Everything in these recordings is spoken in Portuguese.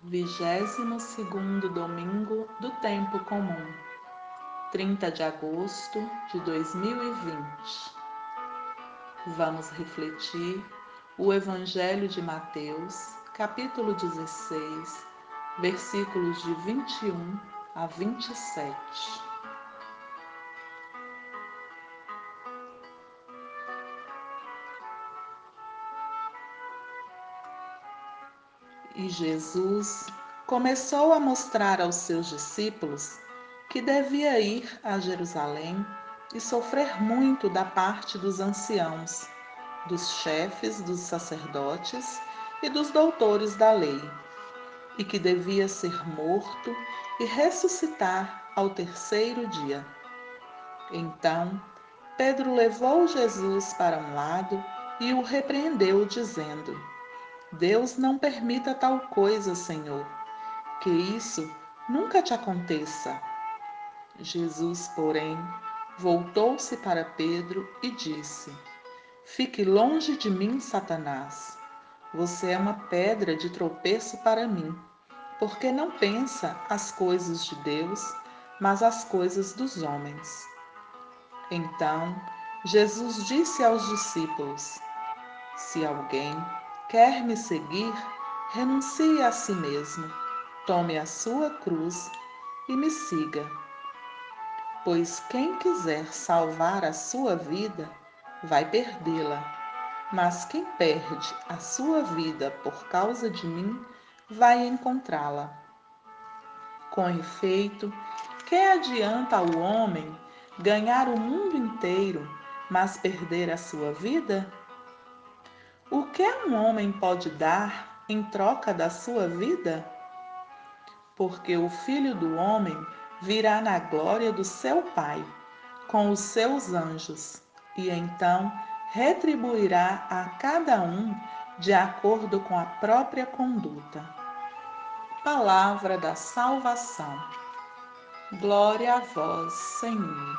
22º domingo do tempo comum, 30 de agosto de 2020. Vamos refletir o Evangelho de Mateus, capítulo 16, versículos de 21 a 27. E Jesus começou a mostrar aos seus discípulos que devia ir a Jerusalém e sofrer muito da parte dos anciãos, dos chefes dos sacerdotes e dos doutores da lei, e que devia ser morto e ressuscitar ao terceiro dia. Então, Pedro levou Jesus para um lado e o repreendeu, dizendo: Deus não permita tal coisa, Senhor, que isso nunca te aconteça. Jesus, porém, voltou-se para Pedro e disse: Fique longe de mim, Satanás. Você é uma pedra de tropeço para mim, porque não pensa as coisas de Deus, mas as coisas dos homens. Então, Jesus disse aos discípulos: Se alguém quer me seguir, renuncie a si mesmo, tome a sua cruz e me siga. Pois quem quiser salvar a sua vida, vai perdê-la. Mas quem perde a sua vida por causa de mim, vai encontrá-la. Com efeito, que adianta ao homem ganhar o mundo inteiro, mas perder a sua vida? O que um homem pode dar em troca da sua vida? Porque o Filho do Homem virá na glória do seu Pai, com os seus anjos, e então retribuirá a cada um de acordo com a própria conduta. Palavra da salvação. Glória a vós, Senhor.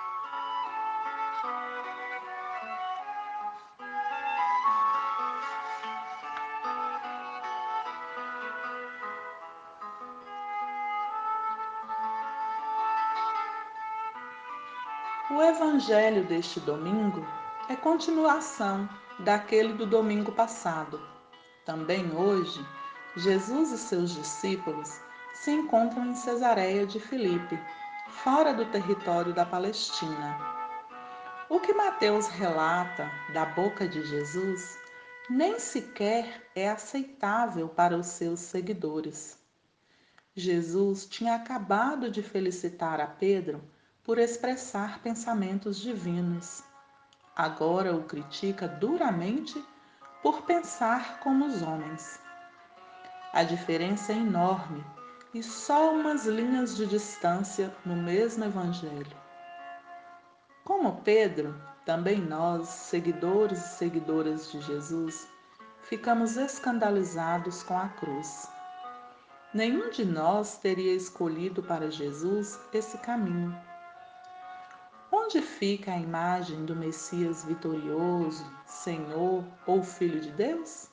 O evangelho deste domingo é continuação daquele do domingo passado. Também hoje, Jesus e seus discípulos se encontram em Cesareia de Filipe, fora do território da Palestina. O que Mateus relata da boca de Jesus nem sequer é aceitável para os seus seguidores. Jesus tinha acabado de felicitar a Pedro por expressar pensamentos divinos. Agora o critica duramente por pensar como os homens. A diferença é enorme e só umas linhas de distância no mesmo Evangelho. Como Pedro, também nós, seguidores e seguidoras de Jesus, ficamos escandalizados com a cruz. Nenhum de nós teria escolhido para Jesus esse caminho. Onde fica a imagem do Messias vitorioso, Senhor ou Filho de Deus?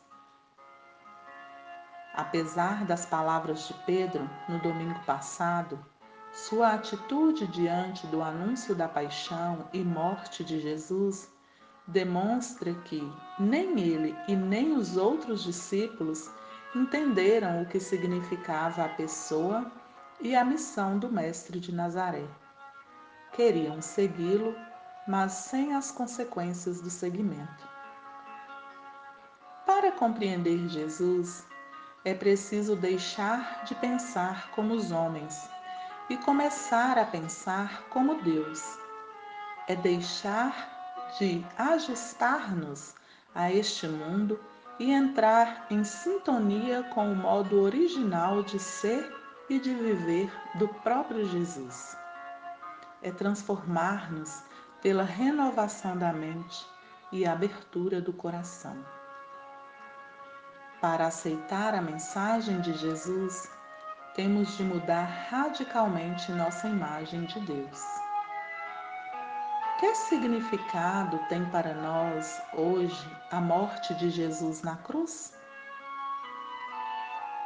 Apesar das palavras de Pedro no domingo passado, sua atitude diante do anúncio da paixão e morte de Jesus demonstra que nem ele e nem os outros discípulos entenderam o que significava a pessoa e a missão do Mestre de Nazaré. Queriam segui-lo, mas sem as consequências do seguimento. Para compreender Jesus, é preciso deixar de pensar como os homens e começar a pensar como Deus. É deixar de ajustar-nos a este mundo e entrar em sintonia com o modo original de ser e de viver do próprio Jesus. É transformar-nos pela renovação da mente e abertura do coração. Para aceitar a mensagem de Jesus, temos de mudar radicalmente nossa imagem de Deus. Que significado tem para nós hoje a morte de Jesus na cruz?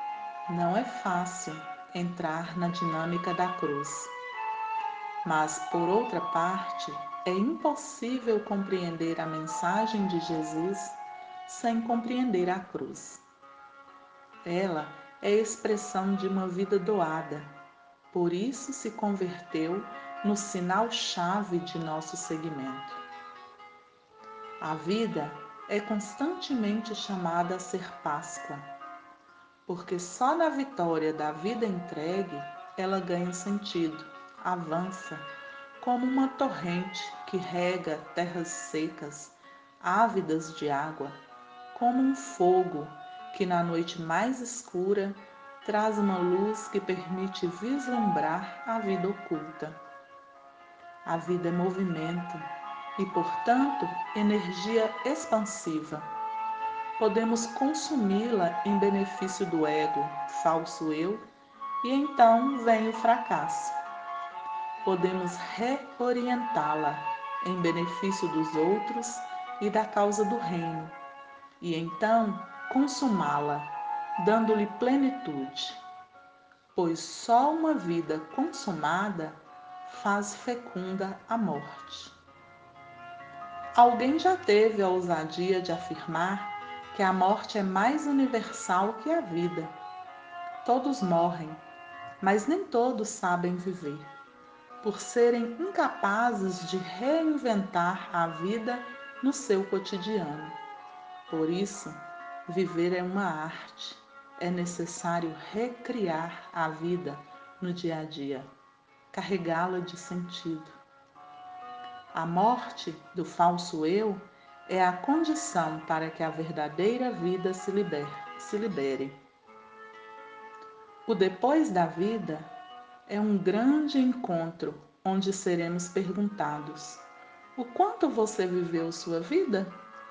Não é fácil entrar na dinâmica da cruz, mas, por outra parte, é impossível compreender a mensagem de Jesus sem compreender a cruz. Ela é expressão de uma vida doada, por isso se converteu no sinal-chave de nosso seguimento. A vida é constantemente chamada a ser Páscoa, porque só na vitória da vida entregue ela ganha sentido, avança, como uma torrente que rega terras secas, ávidas de água, como um fogo que na noite mais escura traz uma luz que permite vislumbrar a vida oculta. A vida é movimento e, portanto, energia expansiva. Podemos consumi-la em benefício do ego, falso eu, e então vem o fracasso. Podemos reorientá-la em benefício dos outros e da causa do reino, e então consumá-la, dando-lhe plenitude, pois só uma vida consumada faz fecunda a morte. Alguém já teve a ousadia de afirmar que a morte é mais universal que a vida. Todos morrem, mas nem todos sabem viver, por serem incapazes de reinventar a vida no seu cotidiano. Por isso, viver é uma arte. É necessário recriar a vida no dia a dia, carregá-la de sentido. A morte do falso eu é a condição para que a verdadeira vida se libere. O depois da vida é um grande encontro onde seremos perguntados: o quanto você viveu sua vida?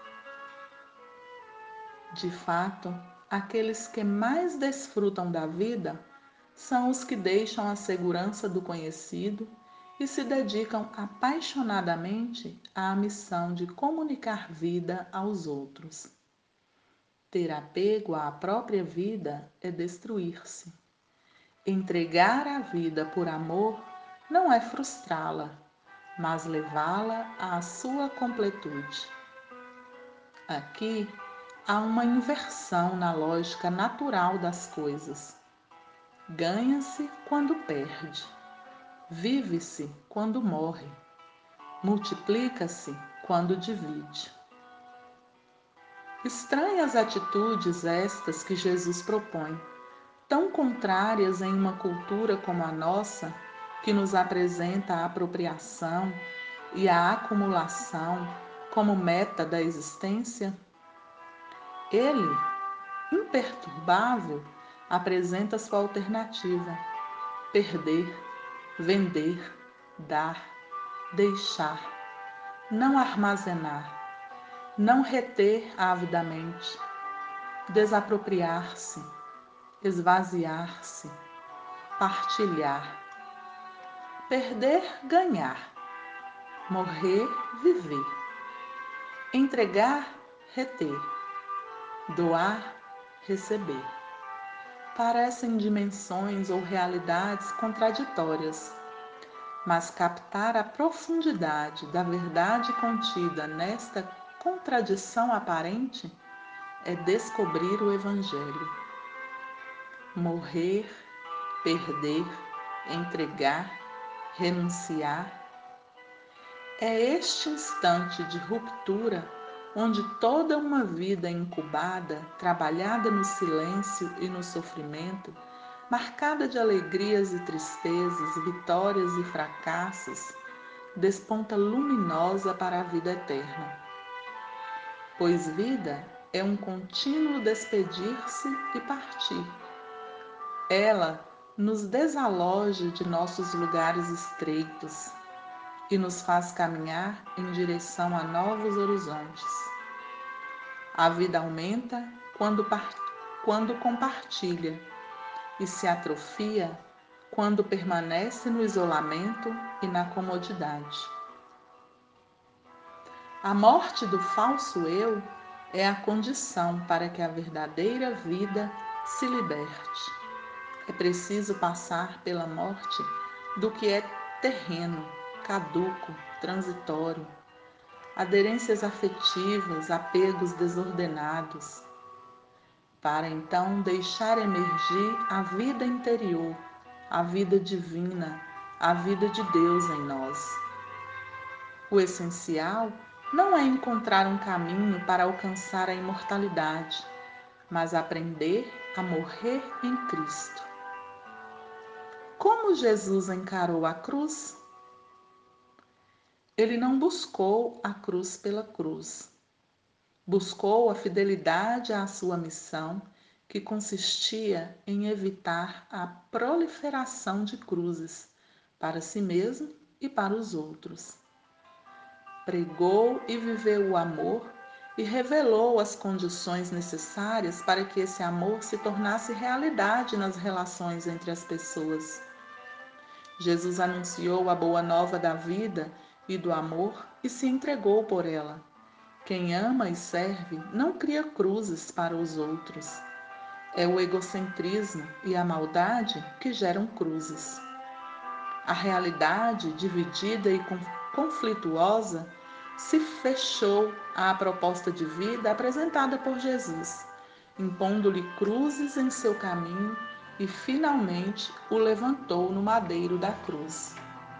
De fato, aqueles que mais desfrutam da vida são os que deixam a segurança do conhecido e se dedicam apaixonadamente à missão de comunicar vida aos outros. Ter apego à própria vida é destruir-se. Entregar a vida por amor não é frustrá-la, mas levá-la à sua completude. Aqui há uma inversão na lógica natural das coisas. Ganha-se quando perde, vive-se quando morre, multiplica-se quando divide. Estranhas atitudes estas que Jesus propõe, tão contrárias em uma cultura como a nossa, que nos apresenta a apropriação e a acumulação como meta da existência. Ele, imperturbável, apresenta sua alternativa: perder, vender, dar, deixar, não armazenar, não reter avidamente, desapropriar-se, esvaziar-se, partilhar, perder, ganhar, morrer, viver, entregar, reter, doar, receber. Parecem dimensões ou realidades contraditórias, mas captar a profundidade da verdade contida nesta contradição aparente é descobrir o Evangelho. Morrer, perder, entregar, renunciar. É este instante de ruptura onde toda uma vida incubada, trabalhada no silêncio e no sofrimento, marcada de alegrias e tristezas, vitórias e fracassos, desponta luminosa para a vida eterna. Pois vida é um contínuo despedir-se e partir. Ela nos desaloja de nossos lugares estreitos e nos faz caminhar em direção a novos horizontes. A vida aumenta quando compartilha e se atrofia quando permanece no isolamento e na comodidade. A morte do falso eu é a condição para que a verdadeira vida se liberte. É preciso passar pela morte do que é terreno, caduco, transitório, aderências afetivas, apegos desordenados, para então deixar emergir a vida interior, a vida divina, a vida de Deus em nós. O essencial não é encontrar um caminho para alcançar a imortalidade, mas aprender a morrer em Cristo. Como Jesus encarou a cruz? Ele não buscou a cruz pela cruz. Buscou a fidelidade à sua missão, que consistia em evitar a proliferação de cruzes para si mesmo e para os outros. Pregou e viveu o amor e revelou as condições necessárias para que esse amor se tornasse realidade nas relações entre as pessoas. Jesus anunciou a boa nova da vida e do amor e se entregou por ela. Quem ama e serve não cria cruzes para os outros. É o egocentrismo e a maldade que geram cruzes. A realidade dividida e conflituosa se fechou à proposta de vida apresentada por Jesus, impondo-lhe cruzes em seu caminho e finalmente o levantou no madeiro da cruz.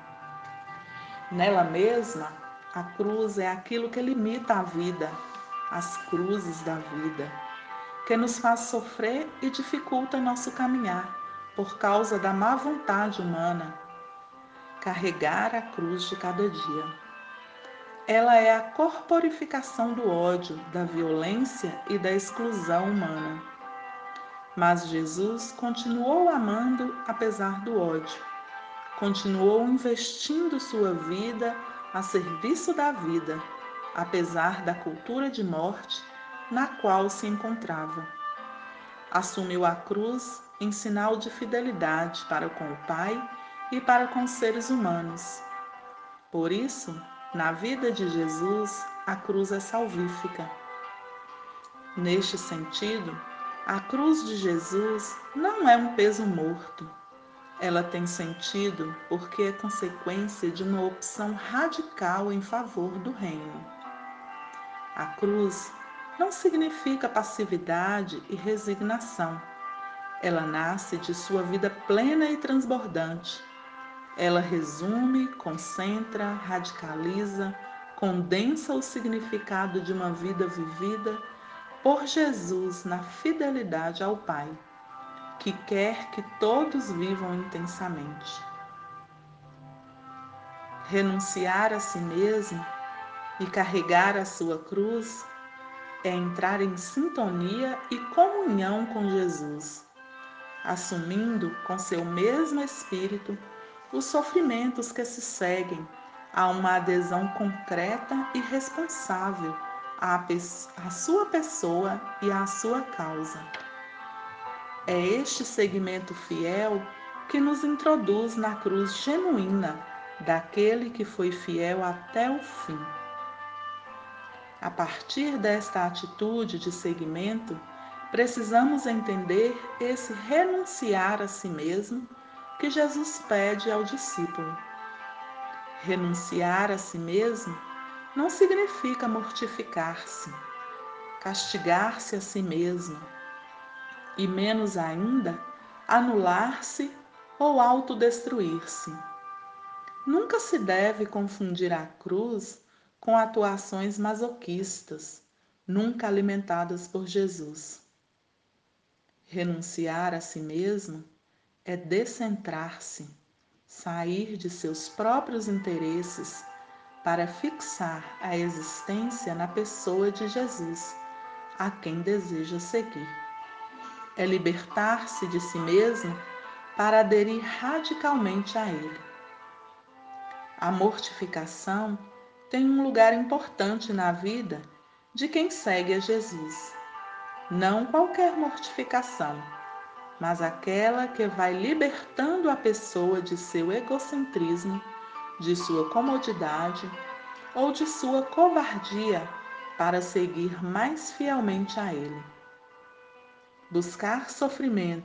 Nela mesma, a cruz é aquilo que limita a vida, as cruzes da vida, que nos faz sofrer e dificulta nosso caminhar por causa da má vontade humana. Carregar a cruz de cada dia. Ela é a corporificação do ódio, da violência e da exclusão humana. Mas Jesus continuou amando apesar do ódio. Continuou investindo sua vida a serviço da vida, apesar da cultura de morte na qual se encontrava. Assumiu a cruz em sinal de fidelidade para com o Pai e para com os seres humanos. Por isso, na vida de Jesus, a cruz é salvífica. Neste sentido, a cruz de Jesus não é um peso morto. Ela tem sentido porque é consequência de uma opção radical em favor do reino. A cruz não significa passividade e resignação. Ela nasce de sua vida plena e transbordante. Ela resume, concentra, radicaliza, condensa o significado de uma vida vivida por Jesus na fidelidade ao Pai, que quer que todos vivam intensamente. Renunciar a si mesmo e carregar a sua cruz é entrar em sintonia e comunhão com Jesus, assumindo com seu mesmo espírito os sofrimentos que se seguem a uma adesão concreta e responsável à sua pessoa e à sua causa. É este segmento fiel que nos introduz na cruz genuína daquele que foi fiel até o fim. A partir desta atitude de seguimento, precisamos entender esse renunciar a si mesmo que Jesus pede ao discípulo. Renunciar a si mesmo não significa mortificar-se, castigar-se a si mesmo e, menos ainda, anular-se ou autodestruir-se. Nunca se deve confundir a cruz com atuações masoquistas, nunca alimentadas por Jesus. Renunciar a si mesmo é descentrar-se, sair de seus próprios interesses para fixar a existência na pessoa de Jesus, a quem deseja seguir. É libertar-se de si mesmo para aderir radicalmente a Ele. A mortificação tem um lugar importante na vida de quem segue a Jesus. Não qualquer mortificação, mas aquela que vai libertando a pessoa de seu egocentrismo, de sua comodidade ou de sua covardia para seguir mais fielmente a Ele. Buscar sofrimento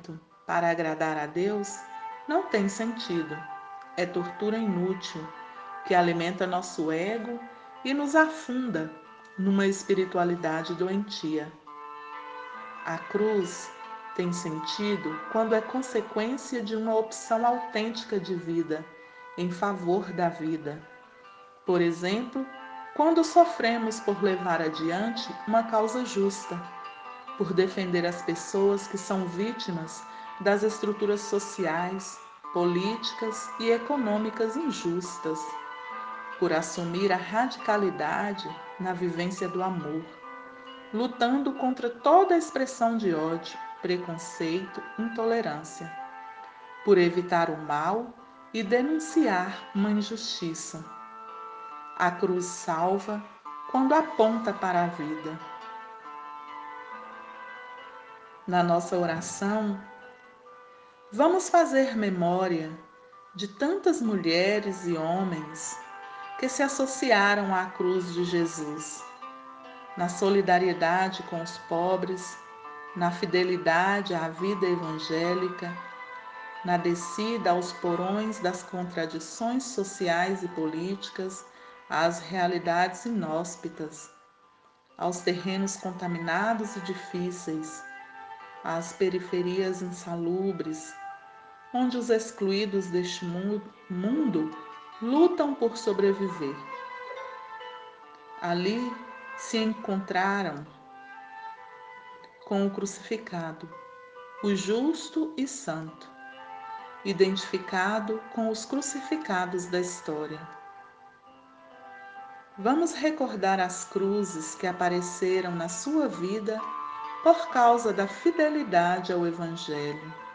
para agradar a Deus não tem sentido. É tortura inútil que alimenta nosso ego e nos afunda numa espiritualidade doentia. A cruz tem sentido quando é consequência de uma opção autêntica de vida em favor da vida. Por exemplo, quando sofremos por levar adiante uma causa justa, por defender as pessoas que são vítimas das estruturas sociais, políticas e econômicas injustas, por assumir a radicalidade na vivência do amor, lutando contra toda expressão de ódio, preconceito, intolerância, por evitar o mal e denunciar uma injustiça. A cruz salva quando aponta para a vida. Na nossa oração, vamos fazer memória de tantas mulheres e homens que se associaram à cruz de Jesus, na solidariedade com os pobres, na fidelidade à vida evangélica, na descida aos porões das contradições sociais e políticas, às realidades inóspitas, aos terrenos contaminados e difíceis, às periferias insalubres, onde os excluídos deste mundo lutam por sobreviver. Ali se encontraram com o crucificado, o justo e santo, identificado com os crucificados da história. Vamos recordar as cruzes que apareceram na sua vida por causa da fidelidade ao Evangelho.